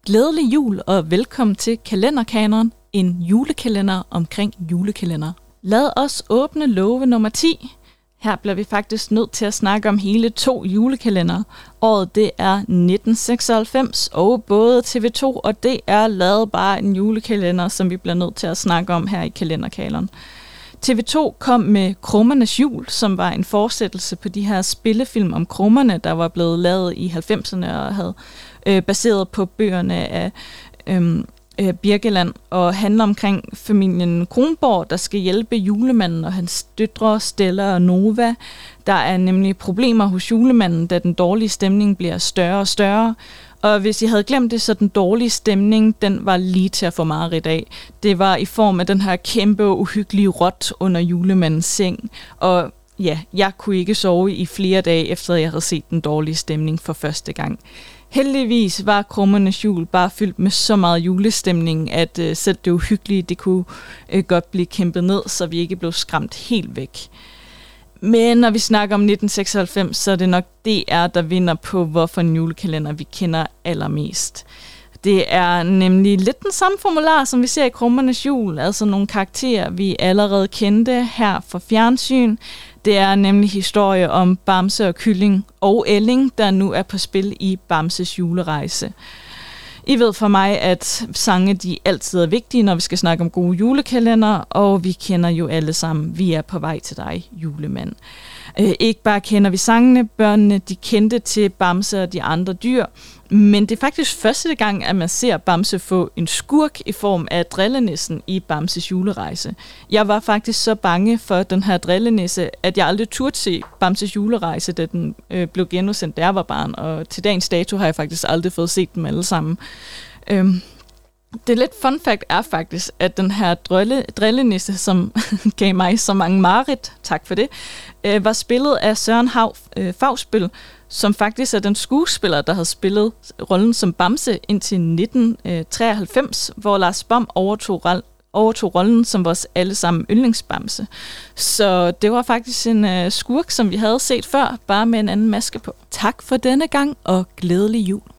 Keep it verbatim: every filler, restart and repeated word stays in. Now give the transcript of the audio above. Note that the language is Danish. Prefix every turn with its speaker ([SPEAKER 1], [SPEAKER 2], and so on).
[SPEAKER 1] Glædelig jul og velkommen til Kalenderkanonen, en julekalender omkring julekalender. Lad os åbne låge nummer ti. Her bliver vi faktisk nødt til at snakke om hele to julekalender. Året det er nitten seksoghalvfems, og både T V to og D R lavede bare en julekalender, som vi bliver nødt til at snakke om her i Kalenderkanonen. T V to kom med Krummernes Jul, som var en fortsættelse på de her spillefilm om krummerne, der var blevet lavet i halvfemserne og havde øh, baseret på bøgerne af øh, øh, Birkeland, og handler omkring familien Kronborg, der skal hjælpe julemanden og hans døtre Stella og Nova. Der er nemlig problemer hos julemanden, da den dårlige stemning bliver større og større. Og hvis I havde glemt det, så den dårlige stemning, den var lige til at få mareridt af. Det var i form af den her kæmpe og uhyggelige rot under julemandens seng. Og ja, jeg kunne ikke sove i flere dage, efter jeg havde set den dårlige stemning for første gang. Heldigvis var Krummernes Jul bare fyldt med så meget julestemning, at øh, selv det uhyggelige, det kunne øh, godt blive kæmpet ned, så vi ikke blev skræmt helt væk. Men når vi snakker om nitten seksoghalvfems, så er det nok D R, der vinder på, hvorfor en julekalender vi kender allermest. Det er nemlig lidt den samme formular, som vi ser i Krummernes Jul, altså nogle karakterer, vi allerede kendte her fra fjernsyn. Det er nemlig historie om Bamse og Kylling og Ælling, der nu er på spil i Bamses julerejse. I ved for mig, at sange de altid er vigtige, når vi skal snakke om gode julekalender, og vi kender jo alle sammen, vi er på vej til dig, julemand. Øh, ikke bare kender vi sangene, børnene de kendte til Bamse og de andre dyr, men det er faktisk første gang, at man ser Bamse få en skurk i form af drillenissen i Bamses julerejse. Jeg var faktisk så bange for den her drillenisse, at jeg aldrig turde se Bamses julerejse, da den øh, blev genudsendt, da jeg var barn, og til dagens dato har jeg faktisk aldrig fået set dem alle sammen. Øhm, Det lidt fun fact er faktisk, at den her drille, drillenisse, som gav mig så mange mareridt, tak for det, øh, var spillet af Søren Hav, øh, Fagsbøl, som faktisk er den skuespiller, der havde spillet rollen som Bamse indtil nitten treoghalvfems, hvor Lars Bom overtog, overtog rollen som vores allesammen yndlingsbamse. Så det var faktisk en øh, skurk, som vi havde set før, bare med en anden maske på. Tak for denne gang, og glædelig jul.